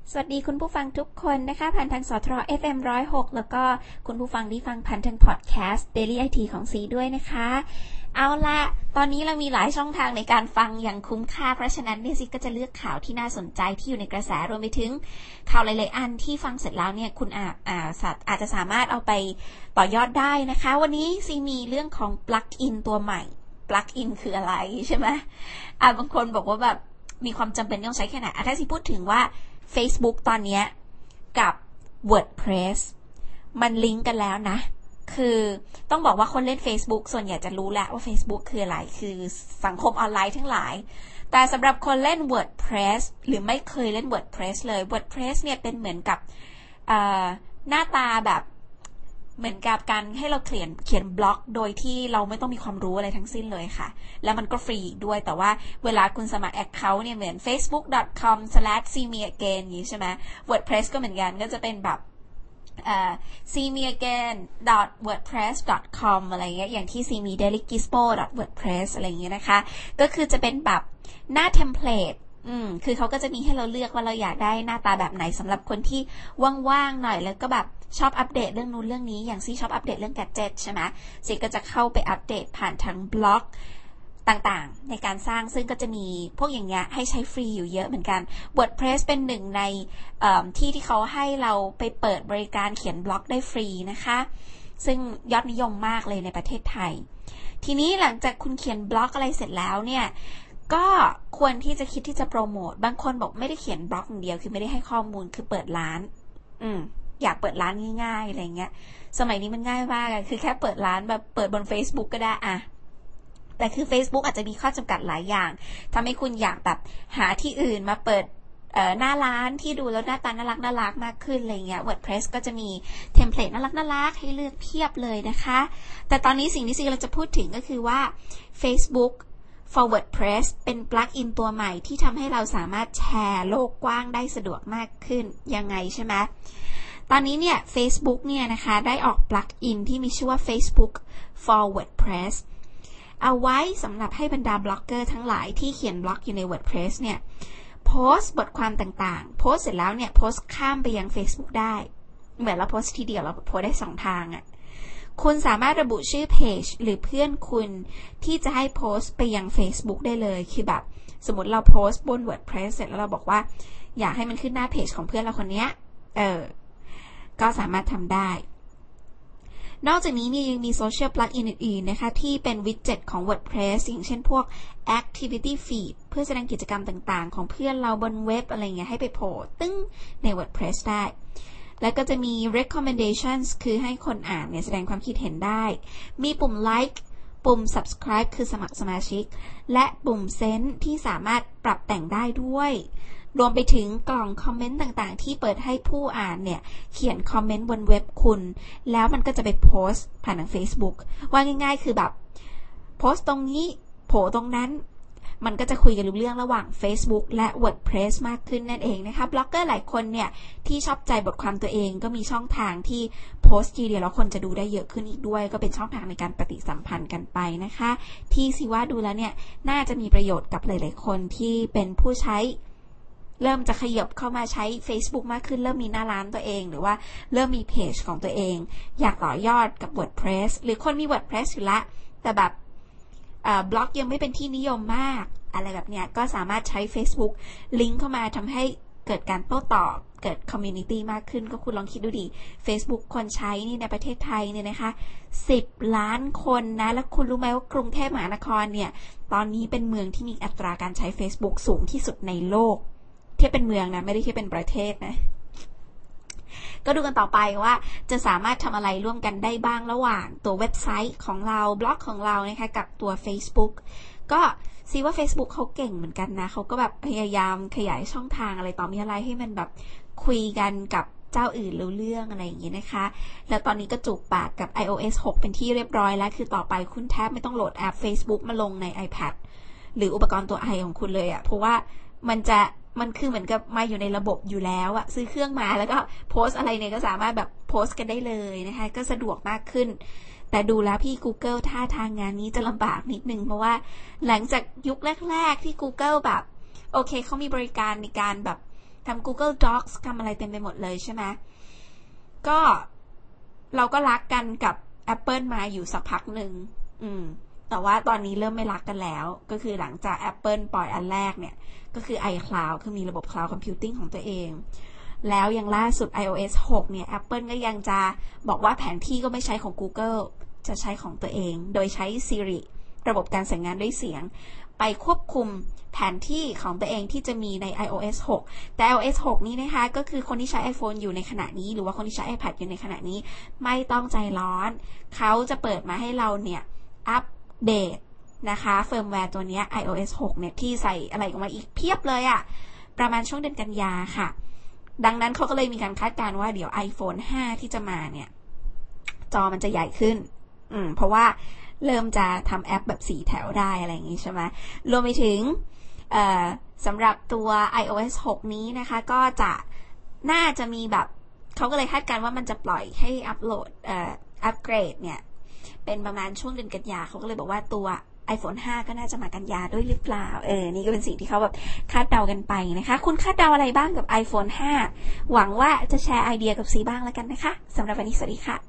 สวัสดีคุณผู้ฟังทุกคนนะคะผ่านทางสทร FM 106แล้วก็คุณผู้ฟังที่ฟังผ่านทางพอดแคสต์ Daily IT ของซีด้วยนะคะเอาละตอนนี้เรามีหลายช่องทางในการฟังอย่างคุ้มค่าเพราะฉะนั้นเนี่ยซีก็จะเลือกข่าวที่น่าสนใจที่อยู่ในกระแสรวมไปถึงข่าวหลายๆอันที่ฟังเสร็จแล้วเนี่ยคุณอาจจะสามารถเอาไปต่อยอดได้นะคะวันนี้ซีมีเรื่องของ plug-in ตัวใหม่ plug-in คืออะไรใช่ไหมบางคนบอกว่าแบบมีความจำเป็นต้องใช้แค่ไหนถ้าซีพูดถึงว่าFacebook ตอนนี้กับ WordPress มันลิงก์กันแล้วนะคือต้องบอกว่าคนเล่น Facebook ส่วนใหญ่จะรู้แล้วว่า Facebook คืออะไรคือสังคมออนไลน์ทั้งหลายแต่สำหรับคนเล่น WordPress หรือไม่เคยเล่น WordPress เลย WordPress เนี่ยเป็นเหมือนกับหน้าตาแบบเหมือนกับการให้เราเขียนบล็อกโดยที่เราไม่ต้องมีความรู้อะไรทั้งสิ้นเลยค่ะแล้วมันก็ฟรีด้วยแต่ว่าเวลาคุณสมัคร account เนี่ยเหมือน facebook.com/cmeagain อย่างนี้ใช่ไหม WordPress ก็เหมือนกันก็จะเป็นแบบcmeagain.wordpress.com อะไรเงี้ยอย่างที่ cmedailygispo.wordpress อะไรเงี้ยนะคะก็คือจะเป็นแบบหน้าเทมเพลตคือเขาก็จะมีให้เราเลือกว่าเราอยากได้หน้าตาแบบไหนสำหรับคนที่ว่างๆหน่อยแล้วก็แบบชอบอัปเดตเรื่องนู้นเรื่องนี้อย่างซี่ชอบอัปเดตเรื่องแกดเจ็ตใช่ไหมซี่ก็จะเข้าไปอัปเดตผ่านทางบล็อกต่างๆในการสร้างซึ่งก็จะมีพวกอย่างเงี้ยให้ใช้ฟรีอยู่เยอะเหมือนกัน WordPress เป็นหนึ่งในที่เขาให้เราไปเปิดบริการเขียนบล็อกได้ฟรีนะคะซึ่งยอดนิยมมากเลยในประเทศไทยทีนี้หลังจากคุณเขียนบล็อกอะไรเสร็จแล้วเนี่ยก็ควรที่จะคิดที่จะโปรโมทบางคนบอกไม่ได้เขียนบล็อกอย่างเดียวคือไม่ได้ให้ข้อมูลคือเปิดร้านอยากเปิดร้านง่ายๆอะไรเงี้ยสมัยนี้มันง่ายมากคือแค่เปิดร้านแบบเปิดบน Facebook ก็ได้แต่คือ Facebook อาจจะมีข้อจำกัดหลายอย่างทำให้คุณอยากแบบหาที่อื่นมาเปิดหน้าร้านที่ดูแล้วหน้าตาน่ารักมากขึ้นอะไรเงี้ย WordPress ก็จะมีเทมเพลตน่ารักให้เลือกเพียบเลยนะคะแต่ตอนนี้สิ่งที่ซีเราจะพูดถึงก็คือว่า Facebook for WordPress เป็นปลั๊กอินตัวใหม่ที่ทำให้เราสามารถแชร์โลกกว้างได้สะดวกมากขึ้นยังไงใช่ไหมตอนนี้เนี่ย Facebook เนี่ยนะคะได้ออกปลั๊กอินที่มีชื่อว่า Facebook for WordPress เอาไว้สำหรับให้บรรดาบล็อกเกอร์ทั้งหลายที่เขียนบล็อกอยู่ใน WordPress เนี่ยโพสต์บทความต่างๆโพสต์เสร็จแล้วเนี่ยโพสต์ข้ามไปยัง Facebook ได้เหมือนเราโพสต์ทีเดียวเราโพสต์ได้2ทางคุณสามารถระบุชื่อเพจหรือเพื่อนคุณที่จะให้โพสต์ไปยัง Facebook ได้เลยคือแบบสมมติเราโพสต์บน WordPress เสร็จแล้วเราบอกว่าอยากให้มันขึ้นหน้าเพจของเพื่อนเราคนนี้ก็สามารถทำได้นอกจากนี้เนี่ยยังมีโซเชียลปลั๊กอินอื่นๆนะคะที่เป็นวิดเจ็ตของ WordPress อย่างเช่นพวก Activity Feed เพื่อแสดงกิจกรรมต่างๆของเพื่อนเราบนเว็บอะไรเงี้ยให้ไปโผล่ตึ้งใน WordPress ได้แล้วก็จะมี recommendations คือให้คนอ่านเนี่ยแสดงความคิดเห็นได้มีปุ่ม like ปุ่ม subscribe คือสมัครสมาชิกและปุ่ม send ที่สามารถปรับแต่งได้ด้วยรวมไปถึงกล่องคอมเมนต์ต่างๆที่เปิดให้ผู้อ่านเนี่ยเขียนคอมเมนต์บนเว็บคุณแล้วมันก็จะไปโพสต์ผ่านทาง Facebook ว่าง่ายๆคือแบบโพสต์ตรงนี้โผล่ตรงนั้นมันก็จะคุยกันรู้เรื่องระหว่าง Facebook และ WordPress มากขึ้นนั่นเองนะคะบล็อกเกอร์หลายคนเนี่ยที่ชอบใจบทความตัวเองก็มีช่องทางที่โพสต์ทีเดียวแล้วคนจะดูได้เยอะขึ้นอีกด้วยก็เป็นช่องทางในการปฏิสัมพันธ์กันไปนะคะที่ซิว่าดูแล้วเนี่ยน่าจะมีประโยชน์กับหลายๆคนที่เป็นผู้ใช้เริ่มจะขยับเข้ามาใช้ Facebook มากขึ้นเริ่มมีหน้าร้านตัวเองหรือว่าเริ่มมีเพจของตัวเองอยากต่อยอดกับ WordPress หรือคนมี WordPress อยู่ละแต่แบบบล็อกยังไม่เป็นที่นิยมมากอะไรแบบเนี้ยก็สามารถใช้ Facebook ลิงก์เข้ามาทำให้เกิดการโต้ตอบเกิดคอมมูนิตี้มากขึ้นก็คุณลองคิดดูดิ Facebook คนใช้นี่ในประเทศไทยเนี่ยนะคะ10 ล้านคนนะแล้วคุณรู้ไหมว่ากรุงเทพมหานครเนี่ยตอนนี้เป็นเมืองที่มีอัตราการใช้ Facebook สูงที่สุดในโลกเทียบเป็นเมืองนะไม่ได้เทียบเป็นประเทศนะก็ดูกันต่อไปว่าจะสามารถทำอะไรร่วมกันได้บ้างระหว่างตัวเว็บไซต์ของเราบล็อกของเรานะคะกับตัว Facebook ก็ซีว่า Facebook เขาเก่งเหมือนกันนะเขาก็แบบพยายามขยายช่องทางอะไรต่อมีอะไรให้มันแบบคุยกันกับเจ้าอื่นรู้เรื่องอะไรอย่างเงี้ยนะคะแล้วตอนนี้ก็จูบปากกับ iOS 6 เป็นที่เรียบร้อยแล้วคือต่อไปคุณแทบไม่ต้องโหลดแอป Facebook มาลงใน iPad หรืออุปกรณ์ตัว i ของคุณเลยเพราะว่ามันคือเหมือนกับมาอยู่ในระบบอยู่แล้วซื้อเครื่องมาแล้วก็โพสอะไรเนี่ยก็สามารถแบบโพสกันได้เลยนะคะก็สะดวกมากขึ้นแต่ดูแล้วพี่ Google ท่าทางงานนี้จะลำบากนิดนึงเพราะว่าหลังจากยุคแรกๆที่ Google แบบโอเคเขามีบริการในการแบบทำ Google Docs ทำอะไรเต็มไปหมดเลยใช่ไหมก็เราก็รักกันกับ Apple มาอยู่สักพักหนึ่งแต่ว่าตอนนี้เริ่มไม่รักกันแล้วก็คือหลังจาก Apple ปล่อยอันแรกเนี่ยก็คือ iCloud คือมีระบบ Cloud Computing ของตัวเองแล้วยังล่าสุด iOS 6 เนี่ย Apple ก็ยังจะบอกว่าแผนที่ก็ไม่ใช้ของ Google จะใช้ของตัวเองโดยใช้ Siri ระบบการสั่งงานด้วยเสียงไปควบคุมแผนที่ของตัวเองที่จะมีใน iOS 6 แต่ iOS 6 นี้นะคะก็คือคนที่ใช้ iPhone อยู่ในขณะนี้หรือว่าคนที่ใช้ iPad อยู่ในขณะนี้ไม่ต้องใจร้อนเขาจะเปิดมาให้เราเนี่ยอัปเดตนะคะเฟิร์มแวร์ตัวนี้ iOS 6 เนี่ยที่ใส่อะไรออกมาอีกเพียบเลยอะประมาณช่วงเดือนกันยาค่ะดังนั้นเขาก็เลยมีการคาดการณ์ว่าเดี๋ยว iPhone 5 ที่จะมาเนี่ยจอมันจะใหญ่ขึ้นเพราะว่าเริ่มจะทำแอปแบบ4แถวได้อะไรอย่างงี้ใช่ไหมรวมไปถึงสำหรับตัว iOS 6 นี้นะคะก็จะน่าจะมีแบบเขาก็เลยคาดการณ์ว่ามันจะปล่อยให้อัปโหลดอัปเกรดเนี่ยเป็นประมาณช่วงเดือนกันยาเขาก็เลยบอกว่าตัว iPhone 5 ก็น่าจะมากันยาด้วยหรือเปล่านี่ก็เป็นสิ่งที่เขาแบบคาดเดากันไปนะคะคุณคาดเดาอะไรบ้างกับ iPhone 5 หวังว่าจะแชร์ไอเดียกับซีบ้างแล้วกันนะคะสำหรับวันนี้สวัสดีค่ะ